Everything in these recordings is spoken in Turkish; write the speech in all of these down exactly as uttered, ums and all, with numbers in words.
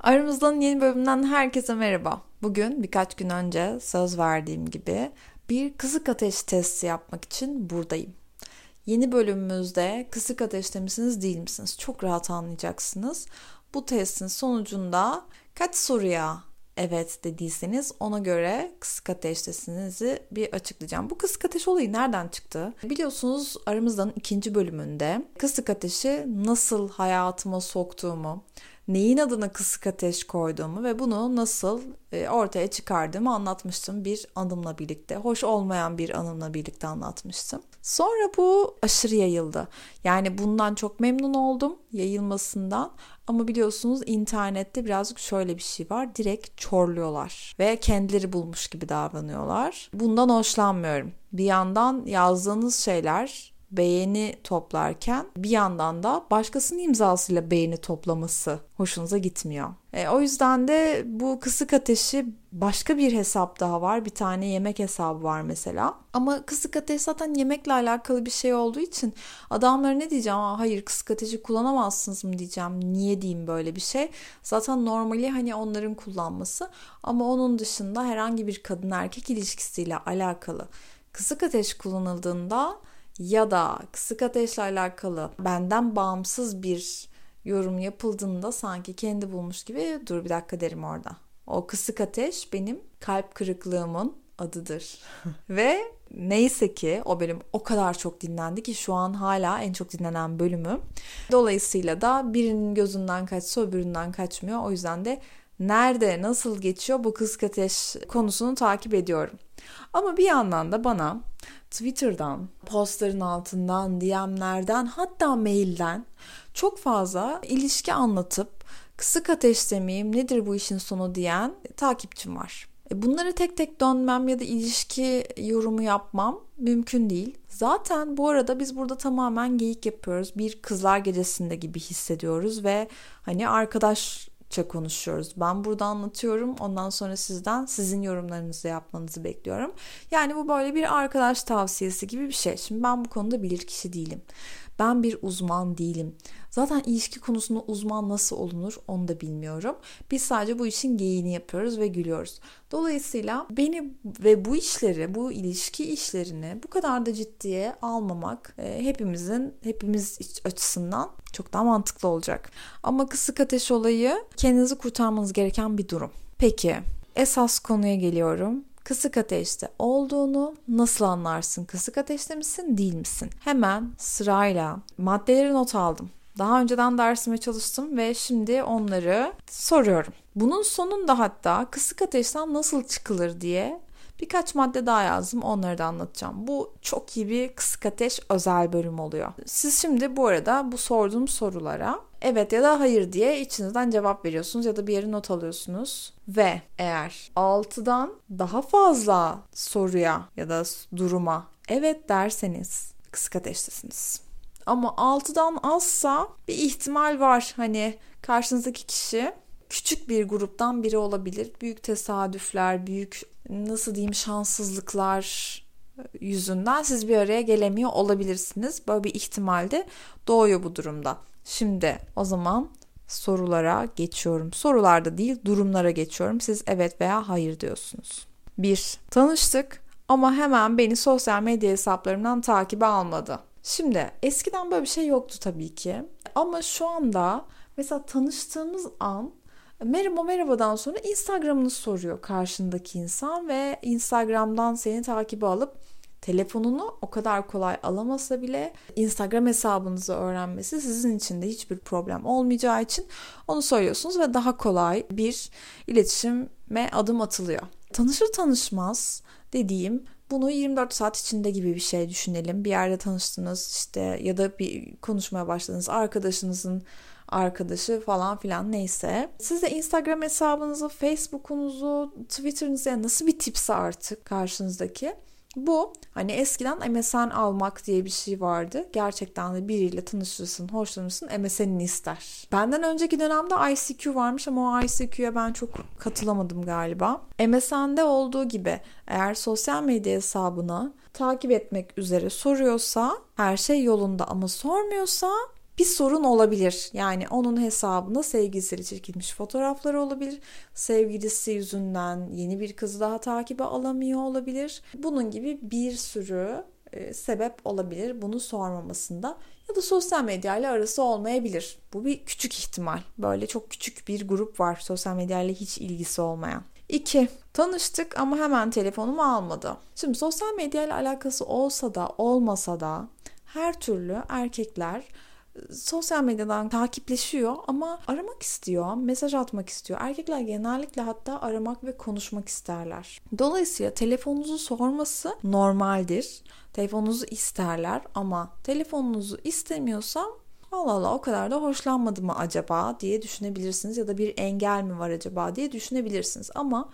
Aramızdan yeni bölümünden herkese merhaba. Bugün birkaç gün önce söz verdiğim gibi bir kısık ateş testi yapmak için buradayım. Yeni bölümümüzde kısık ateşte misiniz değil misiniz? Çok rahat anlayacaksınız. Bu testin sonucunda kaç soruya evet dediyseniz ona göre kısık ateştesinizi bir açıklayacağım. Bu kısık ateş olayı nereden çıktı? Biliyorsunuz aramızdan ikinci bölümünde kısık ateşi nasıl hayatıma soktuğumu, neyin adına kısık ateş koyduğumu ve bunu nasıl e, ortaya çıkardığımı anlatmıştım bir anımla birlikte. Hoş olmayan bir anımla birlikte anlatmıştım. Sonra bu aşırı yayıldı. Yani bundan çok memnun oldum yayılmasından. Ama biliyorsunuz internette birazcık şöyle bir şey var. Direkt çorluyorlar ve kendileri bulmuş gibi davranıyorlar. Bundan hoşlanmıyorum. Bir yandan yazdığınız şeyler beğeni toplarken bir yandan da başkasının imzasıyla beğeni toplaması hoşunuza gitmiyor. E, o yüzden de bu kısık ateşi başka bir hesap daha var. Bir tane yemek hesabı var mesela. Ama kısık ateş zaten yemekle alakalı bir şey olduğu için adamlara ne diyeceğim? Aa, hayır kısık ateşi kullanamazsınız mı diyeceğim. Niye diyeyim böyle bir şey? Zaten normali hani onların kullanması. Ama onun dışında herhangi bir kadın erkek ilişkisiyle alakalı kısık ateş kullanıldığında ya da kısık ateşle alakalı benden bağımsız bir yorum yapıldığında sanki kendi bulmuş gibi dur bir dakika derim orada. O kısık ateş benim kalp kırıklığımın adıdır. Ve neyse ki o bölüm o kadar çok dinlendi ki şu an hala en çok dinlenen bölümü. Dolayısıyla da birinin gözünden kaçsa öbüründen kaçmıyor. O yüzden de nerede nasıl geçiyor bu kısık ateş konusunu takip ediyorum. Ama bir yandan da bana Twitter'dan, postların altından, D M'lerden hatta mailden çok fazla ilişki anlatıp kısık ateşte miyim, nedir bu işin sonu diyen takipçim var. Bunları tek tek dönmem ya da ilişki yorumu yapmam mümkün değil. Zaten bu arada biz burada tamamen geyik yapıyoruz. Bir kızlar gecesinde gibi hissediyoruz ve hani arkadaş konuşuyoruz. Ben burada anlatıyorum. Ondan sonra sizden sizin yorumlarınızı yapmanızı bekliyorum. Yani bu böyle bir arkadaş tavsiyesi gibi bir şey. Şimdi ben bu konuda bilirkişi değilim. Ben bir uzman değilim. Zaten ilişki konusunda uzman nasıl olunur onu da bilmiyorum. Biz sadece bu işin geyiğini yapıyoruz ve gülüyoruz. Dolayısıyla beni ve bu işleri, bu ilişki işlerini bu kadar da ciddiye almamak e, hepimizin, hepimiz açısından çok daha mantıklı olacak. Ama kısık ateş olayı kendinizi kurtarmanız gereken bir durum. Peki, esas konuya geliyorum. Kısık ateşte olduğunu nasıl anlarsın? Kısık ateşte misin, değil misin? Hemen sırayla maddeleri not aldım. Daha önceden dersime çalıştım ve şimdi onları soruyorum. Bunun sonunda hatta kısık ateşten nasıl çıkılır diye birkaç madde daha yazdım. Onları da anlatacağım. Bu çok iyi bir kısık ateş özel bölüm oluyor. Siz şimdi bu arada bu sorduğum sorulara evet ya da hayır diye içinizden cevap veriyorsunuz ya da bir yere not alıyorsunuz. Ve eğer altıdan daha fazla soruya ya da duruma evet derseniz kısık ateştesiniz. Ama altıdan azsa bir ihtimal var. Hani karşınızdaki kişi küçük bir gruptan biri olabilir. Büyük tesadüfler, büyük nasıl diyeyim şanssızlıklar yüzünden siz bir araya gelemiyor olabilirsiniz. Böyle bir ihtimal de doğuyor bu durumda. Şimdi o zaman sorulara geçiyorum. Sorularda değil, durumlara geçiyorum. Siz evet veya hayır diyorsunuz. bir. Tanıştık ama hemen beni sosyal medya hesaplarımdan takibe almadı. Şimdi eskiden böyle bir şey yoktu tabii ki. Ama şu anda mesela tanıştığımız an merhaba merhabadan sonra Instagram'ını soruyor karşındaki insan ve Instagram'dan seni takibe alıp telefonunu o kadar kolay alamasa bile Instagram hesabınızı öğrenmesi sizin için de hiçbir problem olmayacağı için onu söylüyorsunuz ve daha kolay bir iletişime adım atılıyor. Tanışır tanışmaz dediğim bunu yirmi dört saat içinde gibi bir şey düşünelim. Bir yerde tanıştınız işte ya da bir konuşmaya başladınız arkadaşınızın arkadaşı falan filan neyse. Siz de Instagram hesabınızı, Facebook'unuzu, Twitter'ınızı nasıl bir tipse artık karşınızdaki. Bu hani eskiden M S N almak diye bir şey vardı. Gerçekten de biriyle tanışırsın, hoşlanırsın M S N'ini ister. Benden önceki dönemde I C Q varmış ama o I C Q'ya ben çok katılamadım galiba. M S N'de olduğu gibi eğer sosyal medya hesabını takip etmek üzere soruyorsa her şey yolunda ama sormuyorsa bir sorun olabilir. Yani onun hesabına sevgilisiyle çekilmiş fotoğrafları olabilir. Sevgilisi yüzünden yeni bir kızı daha takibe alamıyor olabilir. Bunun gibi bir sürü e, sebep olabilir bunu sormamasında. Ya da sosyal medyayla arası olmayabilir. Bu bir küçük ihtimal. Böyle çok küçük bir grup var sosyal medyayla hiç ilgisi olmayan. İki, tanıştık ama hemen telefonumu almadı. Şimdi sosyal medyayla alakası olsa da olmasa da her türlü erkekler sosyal medyadan takipleşiyor ama aramak istiyor, mesaj atmak istiyor. Erkekler genellikle hatta aramak ve konuşmak isterler. Dolayısıyla telefonunuzu sorması normaldir. Telefonunuzu isterler ama telefonunuzu istemiyorsam Allah Allah o kadar da hoşlanmadı mı acaba diye düşünebilirsiniz ya da bir engel mi var acaba diye düşünebilirsiniz. Ama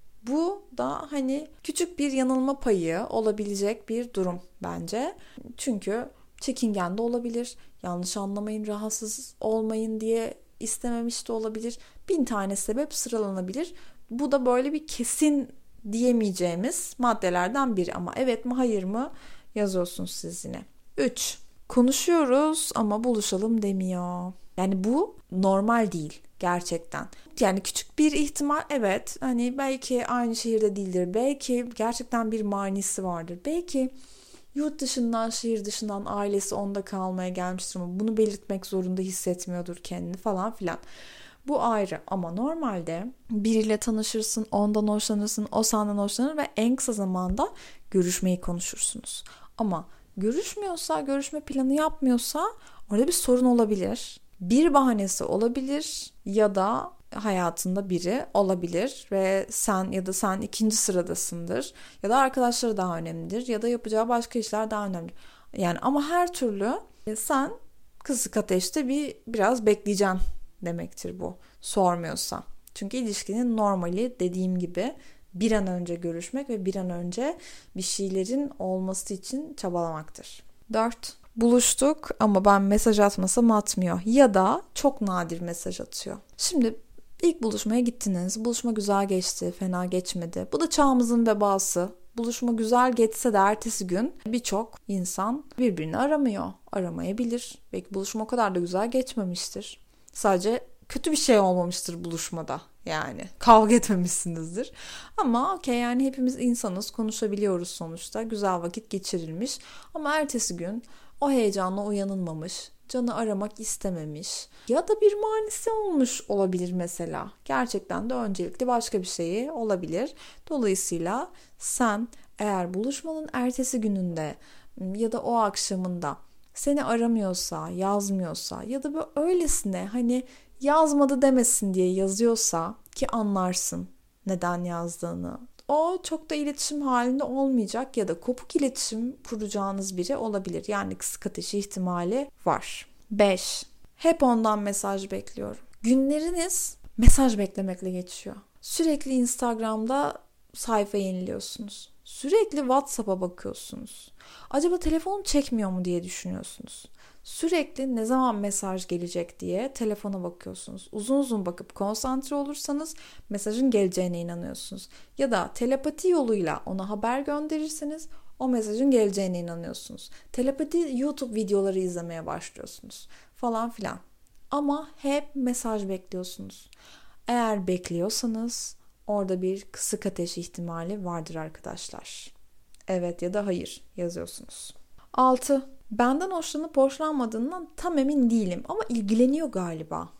bu da hani küçük bir yanılma payı olabilecek bir durum bence. Çünkü çekingen de olabilir, yanlış anlamayın, rahatsız olmayın diye istememiş de olabilir. Bin tane sebep sıralanabilir. Bu da böyle bir kesin diyemeyeceğimiz maddelerden biri ama evet mi hayır mı yazıyorsunuz siz yine. üç. Konuşuyoruz ama buluşalım demiyor. Yani bu normal değil gerçekten. Yani küçük bir ihtimal evet hani belki aynı şehirde değildir. Belki gerçekten bir manisi vardır. Belki yurt dışından, şehir dışından ailesi onda kalmaya gelmiştir ama bunu belirtmek zorunda hissetmiyordur kendini falan filan. Bu ayrı ama normalde biriyle tanışırsın, ondan hoşlanırsın, o senden hoşlanır ve en kısa zamanda görüşmeyi konuşursunuz. Ama görüşmüyorsa, görüşme planı yapmıyorsa orada bir sorun olabilir. Bir bahanesi olabilir ya da hayatında biri olabilir ve sen ya da sen ikinci sıradasındır ya da arkadaşları daha önemlidir ya da yapacağı başka işler daha önemli. Yani ama her türlü sen kısık ateşte bir biraz bekleyeceksin demektir bu sormuyorsa. Çünkü ilişkinin normali dediğim gibi bir an önce görüşmek ve bir an önce bir şeylerin olması için çabalamaktır. dört. Buluştuk ama ben mesaj atmasam atmıyor ya da çok nadir mesaj atıyor. Şimdi ilk buluşmaya gittiniz. Buluşma güzel geçti, fena geçmedi. Bu da çağımızın vebası. Buluşma güzel geçse de ertesi gün birçok insan birbirini aramıyor. Aramayabilir. Belki buluşma o kadar da güzel geçmemiştir. Sadece kötü bir şey olmamıştır buluşmada. Yani kavga etmemişsinizdir. Ama okey yani hepimiz insanız, konuşabiliyoruz sonuçta. Güzel vakit geçirilmiş. Ama ertesi gün o heyecanla uyanılmamış, canı aramak istememiş ya da bir manisi olmuş olabilir mesela. Gerçekten de öncelikli başka bir şeyi olabilir. Dolayısıyla sen eğer buluşmanın ertesi gününde ya da o akşamında seni aramıyorsa, yazmıyorsa ya da böyle öylesine hani yazmadı demesin diye yazıyorsa ki anlarsın neden yazdığını. O çok da iletişim halinde olmayacak ya da kopuk iletişim kuracağınız biri olabilir. Yani kısık ateşi ihtimali var. beş. Hep ondan mesaj bekliyorum. Günleriniz mesaj beklemekle geçiyor. Sürekli Instagram'da sayfa yeniliyorsunuz. Sürekli WhatsApp'a bakıyorsunuz. Acaba telefon çekmiyor mu diye düşünüyorsunuz. Sürekli ne zaman mesaj gelecek diye telefona bakıyorsunuz. Uzun uzun bakıp konsantre olursanız mesajın geleceğine inanıyorsunuz. Ya da telepati yoluyla ona haber gönderirseniz o mesajın geleceğine inanıyorsunuz. Telepati YouTube videoları izlemeye başlıyorsunuz falan filan. Ama hep mesaj bekliyorsunuz. Eğer bekliyorsanız orada bir kısık ateş ihtimali vardır arkadaşlar. Evet ya da hayır yazıyorsunuz. altı. Benden hoşlanıp hoşlanmadığından tam emin değilim ama ilgileniyor galiba.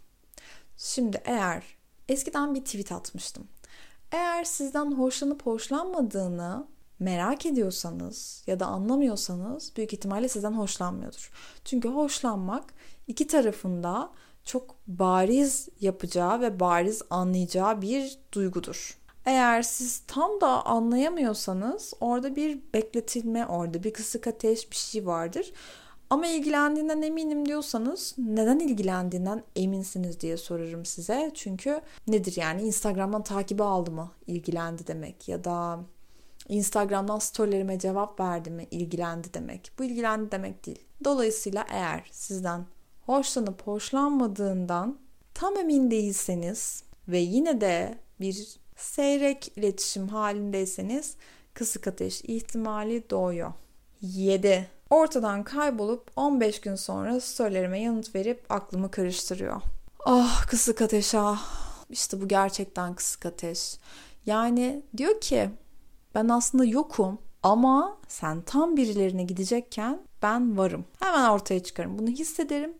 Şimdi eğer eskiden bir tweet atmıştım. Eğer sizden hoşlanıp hoşlanmadığını merak ediyorsanız ya da anlamıyorsanız büyük ihtimalle sizden hoşlanmıyordur. Çünkü hoşlanmak iki tarafında çok bariz yapacağı ve bariz anlayacağı bir duygudur. Eğer siz tam da anlayamıyorsanız orada bir bekletilme, orada bir kısık ateş bir şey vardır. Ama ilgilendiğinden eminim diyorsanız neden ilgilendiğinden eminsiniz diye sorarım size. Çünkü nedir yani Instagram'dan takibi aldı mı ilgilendi demek ya da Instagram'dan storylerime cevap verdi mi ilgilendi demek. Bu ilgilendi demek değil. Dolayısıyla eğer sizden hoşlanıp hoşlanmadığından tam emin değilseniz ve yine de bir seyrek iletişim halindeyseniz kısık ateş ihtimali doğuyor. yedi. Ortadan kaybolup on beş gün sonra storylerime yanıt verip aklımı karıştırıyor. Ah kısık ateş ah. İşte bu gerçekten kısık ateş. Yani diyor ki ben aslında yokum ama sen tam birilerine gidecekken ben varım. Hemen ortaya çıkarım. Bunu hissederim.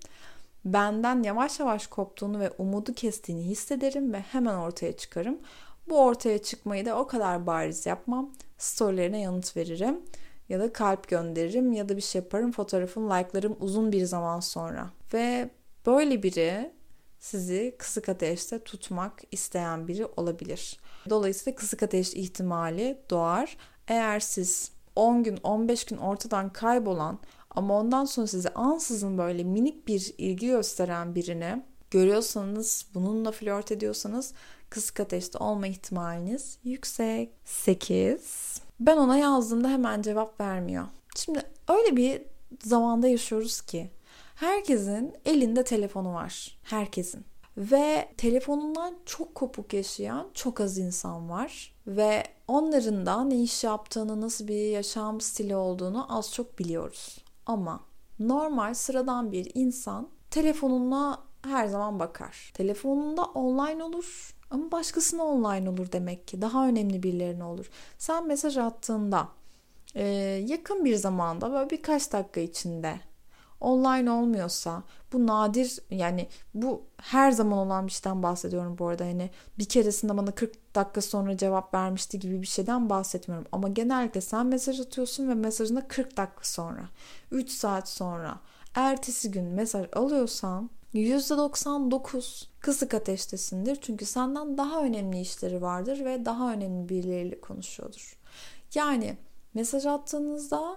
Benden yavaş yavaş koptuğunu ve umudu kestiğini hissederim ve hemen ortaya çıkarım. Bu ortaya çıkmayı da o kadar bariz yapmam. Storylerine yanıt veririm. Ya da kalp gönderirim ya da bir şey yaparım. Fotoğrafım, like'larım uzun bir zaman sonra. Ve böyle biri sizi kısık ateşte tutmak isteyen biri olabilir. Dolayısıyla kısık ateş ihtimali doğar. Eğer siz on gün on beş gün ortadan kaybolan ama ondan sonra size ansızın böyle minik bir ilgi gösteren birini görüyorsanız, bununla flört ediyorsanız kısık ateşte olma ihtimaliniz yüksek. sekiz. Ben ona yazdığımda hemen cevap vermiyor. Şimdi öyle bir zamanda yaşıyoruz ki herkesin elinde telefonu var. Herkesin. Ve telefonundan çok kopuk yaşayan çok az insan var. Ve onların da ne iş yaptığını, nasıl bir yaşam stili olduğunu az çok biliyoruz. Ama normal sıradan bir insan telefonuna her zaman bakar. Telefonunda online olur ama başkasına online olur demek ki. Daha önemli birilerine olur. Sen mesaj attığında e, yakın bir zamanda böyle birkaç dakika içinde online olmuyorsa bu nadir, yani bu her zaman olan bir şeyden bahsediyorum bu arada. Hani bir keresinde bana kırk dakika sonra cevap vermişti gibi bir şeyden bahsetmiyorum. Ama genellikle sen mesaj atıyorsun ve mesajına kırk dakika sonra, üç saat sonra, ertesi gün mesaj alıyorsan yüzde doksan dokuz kısık ateştesindir. Çünkü senden daha önemli işleri vardır ve daha önemli birileriyle konuşuyordur. Yani mesaj attığınızda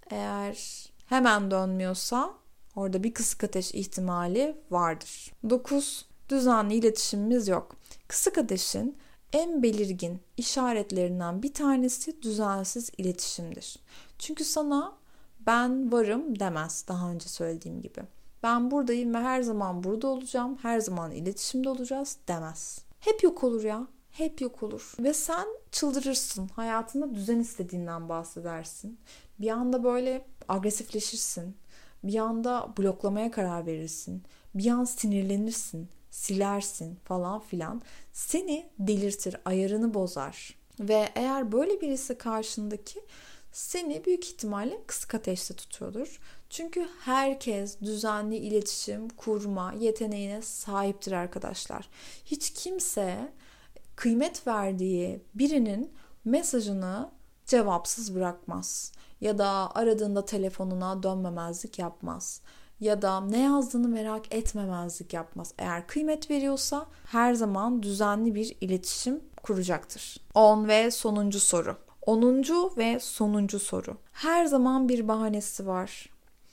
eğer hemen dönmüyorsa orada bir kısık ateş ihtimali vardır. dokuz. Düzenli iletişimimiz yok. Kısık ateşin en belirgin işaretlerinden bir tanesi düzensiz iletişimdir. Çünkü sana ben varım demez, daha önce söylediğim gibi. Ben buradayım ve her zaman burada olacağım, her zaman iletişimde olacağız demez. Hep yok olur ya. Hep yok olur. Ve sen çıldırırsın. Hayatında düzen istediğinden bahsedersin. Bir anda böyle agresifleşirsin. Bir anda bloklamaya karar verirsin. Bir an sinirlenirsin. Silersin falan filan. Seni delirtir, ayarını bozar. Ve eğer böyle birisi karşındaki seni büyük ihtimalle kısık ateşte tutuyordur. Çünkü herkes düzenli iletişim kurma yeteneğine sahiptir arkadaşlar. Hiç kimse kıymet verdiği birinin mesajını cevapsız bırakmaz. Ya da aradığında telefonuna dönmemezlik yapmaz. Ya da ne yazdığını merak etmemezlik yapmaz. Eğer kıymet veriyorsa her zaman düzenli bir iletişim kuracaktır. on ve sonuncu soru. onuncu ve sonuncu soru. Her zaman bir bahanesi var.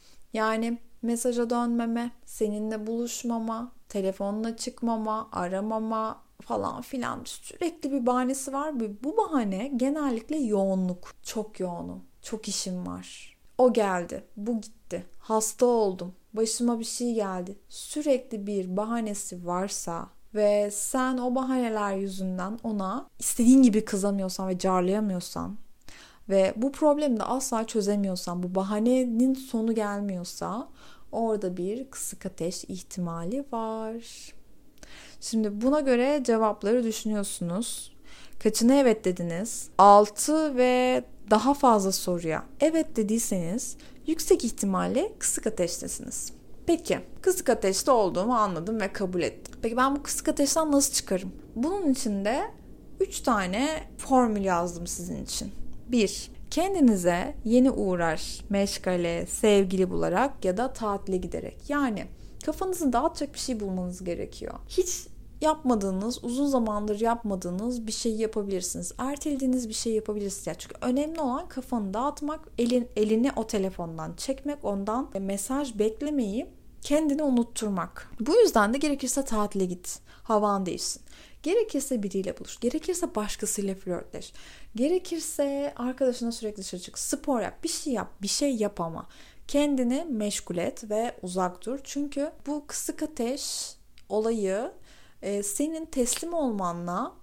Yani mesaja dönmeme, seninle buluşmama, telefonla çıkmama, aramama falan filan, sürekli bir bahanesi var. Bu bahane genellikle yoğunluk. Çok yoğunum, çok işim var. O geldi, bu gitti, hasta oldum, başıma bir şey geldi. Sürekli bir bahanesi varsa ve sen o bahaneler yüzünden ona istediğin gibi kızamıyorsan ve carlayamıyorsan ve bu problemi de asla çözemiyorsan, bu bahanenin sonu gelmiyorsa orada bir kısık ateş ihtimali var. Şimdi buna göre cevapları düşünüyorsunuz. Kaçına evet dediniz? altı ve daha fazla soruya evet dediyseniz yüksek ihtimalle kısık ateştesiniz. Peki, kısık ateşte olduğumu anladım ve kabul ettim. Peki ben bu kısık ateşten nasıl çıkarım? Bunun için de üç tane formül yazdım sizin için. bir. Kendinize yeni uğraş, meşgale, sevgili bularak ya da tatile giderek. Yani kafanızı dağıtacak bir şey bulmanız gerekiyor. Hiç yapmadığınız, uzun zamandır yapmadığınız bir şeyi yapabilirsiniz. Ertelediğiniz bir şey yapabilirsiniz. Yani çünkü önemli olan kafanı dağıtmak, elin, elini o telefondan çekmek, ondan mesaj beklemeyi kendini unutturmak. Bu yüzden de gerekirse tatile git, havan değişsin. Gerekirse biriyle buluş, gerekirse başkasıyla flörtleş, gerekirse arkadaşına sürekli dışarı çık, spor yap, bir şey yap, bir şey yap ama kendini meşgul et ve uzak dur. Çünkü bu kısık ateş olayı senin teslim olmanla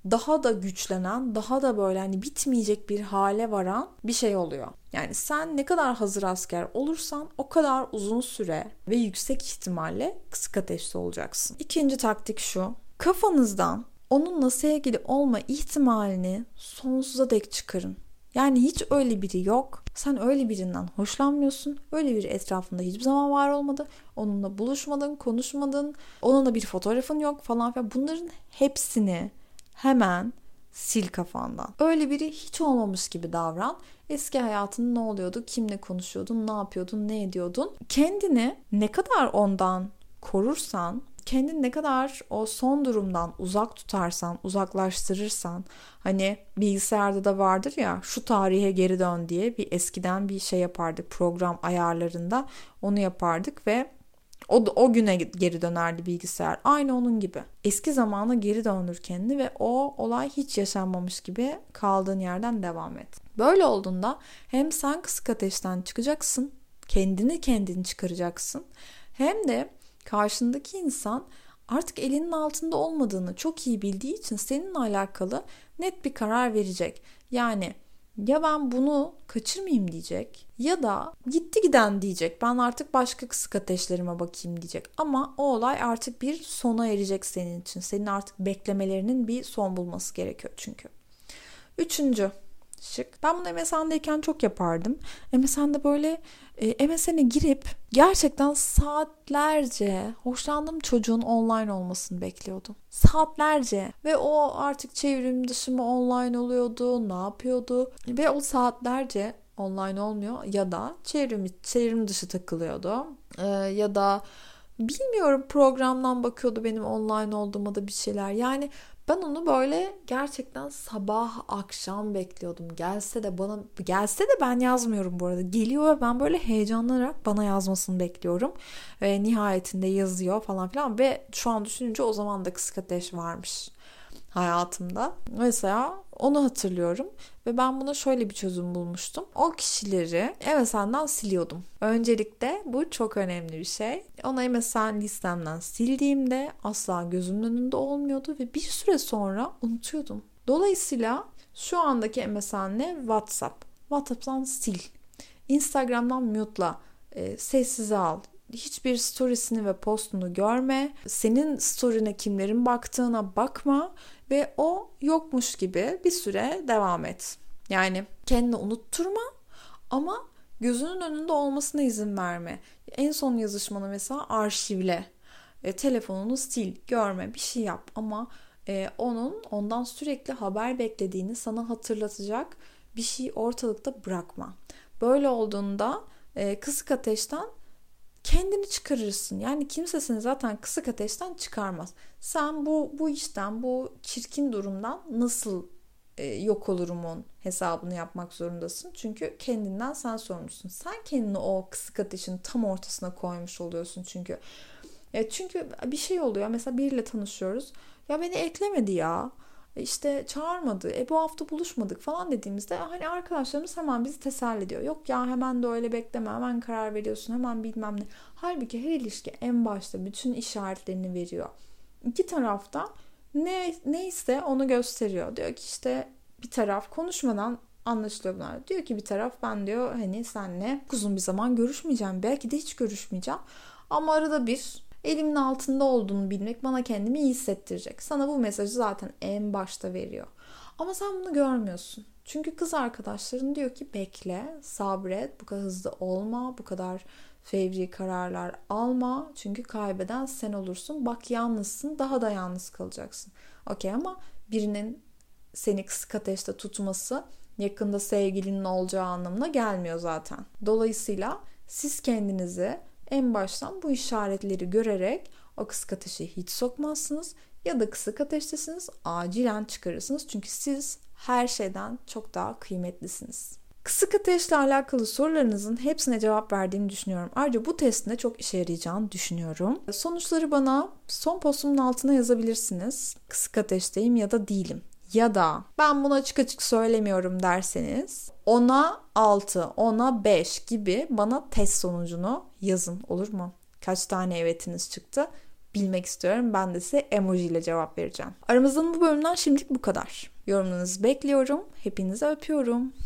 daha da güçlenen, daha da böyle hani bitmeyecek bir hale varan bir şey oluyor. Yani sen ne kadar hazır asker olursan o kadar uzun süre ve yüksek ihtimalle kısık ateşte olacaksın. İkinci taktik şu. Kafanızdan onunla sevgili olma ihtimalini sonsuza dek çıkarın. Yani hiç öyle biri yok. Sen öyle birinden hoşlanmıyorsun. Öyle biri etrafında hiçbir zaman var olmadı. Onunla buluşmadın, konuşmadın. Onunla bir fotoğrafın yok falan filan. Bunların hepsini hemen sil kafandan. Öyle biri hiç olmamış gibi davran. Eski hayatında ne oluyordu? Kimle konuşuyordun? Ne yapıyordun? Ne ediyordun? Kendini ne kadar ondan korursan, kendini ne kadar o son durumdan uzak tutarsan, uzaklaştırırsan, hani bilgisayarda da vardır ya, şu tarihe geri dön diye bir eskiden bir şey yapardık program ayarlarında, onu yapardık ve o, o güne geri dönerdi bilgisayar. Aynı onun gibi. Eski zamana geri döndür kendini ve o olay hiç yaşanmamış gibi kaldığın yerden devam et. Böyle olduğunda hem sen kısık ateşten çıkacaksın, kendini kendini çıkaracaksın, hem de karşındaki insan artık elinin altında olmadığını çok iyi bildiği için seninle alakalı net bir karar verecek. Yani ya ben bunu kaçırmayayım diyecek ya da gitti giden diyecek. Ben artık başka kısık ateşlerime bakayım diyecek. Ama o olay artık bir sona erecek senin için. Senin artık beklemelerinin bir son bulması gerekiyor çünkü. Üçüncü şık. Ben bunu M S N'deyken çok yapardım. M S N'de böyle e, M S N'e girip gerçekten saatlerce hoşlandığım çocuğun online olmasını bekliyordum. Saatlerce. Ve o artık çevrim dışı mı online oluyordu, ne yapıyordu? Ve o saatlerce online olmuyor ya da çevrim, çevrim dışı takılıyordu. Ee, ya da bilmiyorum, programdan bakıyordu benim online olduğuma da bir şeyler. Yani ben onu böyle gerçekten sabah akşam bekliyordum. Gelse de bana gelse de ben yazmıyorum bu arada. Geliyor ve ben böyle heyecanlanarak bana yazmasını bekliyorum. Ve nihayetinde yazıyor falan filan ve şu an düşününce o zaman da kısık ateş varmış hayatımda. Mesela onu hatırlıyorum ve ben buna şöyle bir çözüm bulmuştum. O kişileri M S N'den siliyordum. Öncelikle bu çok önemli bir şey. Onu M S N listemden sildiğimde asla gözümün önünde olmuyordu ve bir süre sonra unutuyordum. Dolayısıyla şu andaki M S N'le WhatsApp. WhatsApp'tan sil. Instagram'dan mute'la, e, sessize al. Hiçbir storiesini ve postunu görme. Senin story'ne kimlerin baktığına bakma ve o yokmuş gibi bir süre devam et. Yani kendini unutturma ama gözünün önünde olmasına izin verme. En son yazışmanı mesela arşivle. E, telefonunu sil, görme, bir şey yap ama e, onun ondan sürekli haber beklediğini sana hatırlatacak bir şey ortalıkta bırakma. Böyle olduğunda e, kısık ateşten kendini çıkarırsın. Yani kimse seni zaten kısık ateşten çıkarmaz. Sen bu bu işten, bu çirkin durumdan nasıl e, yok olurumun hesabını yapmak zorundasın. Çünkü kendinden sen sorumlusun. Sen kendini o kısık ateşin tam ortasına koymuş oluyorsun çünkü. E, çünkü bir şey oluyor. Mesela biriyle tanışıyoruz. Ya beni eklemedi ya. İşte çağırmadı, e bu hafta buluşmadık falan dediğimizde hani arkadaşlarımız hemen bizi teselli ediyor. Yok ya, hemen de öyle bekleme, hemen karar veriyorsun, hemen bilmem ne. Halbuki her ilişki en başta bütün işaretlerini veriyor. İki tarafta ne neyse onu gösteriyor. Diyor ki işte bir taraf konuşmadan anlaşılıyor bunlar. Diyor ki bir taraf, ben diyor hani seninle uzun bir zaman görüşmeyeceğim. Belki de hiç görüşmeyeceğim. Ama arada bir elimin altında olduğunu bilmek bana kendimi iyi hissettirecek. Sana bu mesajı zaten en başta veriyor. Ama sen bunu görmüyorsun. Çünkü kız arkadaşların diyor ki bekle, sabret, bu kadar hızlı olma, bu kadar fevri kararlar alma. Çünkü kaybeden sen olursun. Bak yalnızsın, daha da yalnız kalacaksın. Okey, ama birinin seni kısık ateşte tutması yakında sevgilinin olacağı anlamına gelmiyor zaten. Dolayısıyla siz kendinizi en baştan bu işaretleri görerek o kısık ateşe hiç sokmazsınız ya da kısık ateştesiniz, acilen çıkarırsınız. Çünkü siz her şeyden çok daha kıymetlisiniz. Kısık ateşle alakalı sorularınızın hepsine cevap verdiğimi düşünüyorum. Ayrıca bu testin de çok işe yarayacağını düşünüyorum. Sonuçları bana son postumun altına yazabilirsiniz. Kısık ateşteyim ya da değilim. Ya da ben bunu açık açık söylemiyorum derseniz ona altı, ona beş gibi bana test sonucunu yazın, olur mu? Kaç tane evetiniz çıktı bilmek istiyorum. Ben de size emoji ile cevap vereceğim. Aramızdan bu bölümden şimdilik bu kadar. Yorumlarınızı bekliyorum. Hepinizi öpüyorum.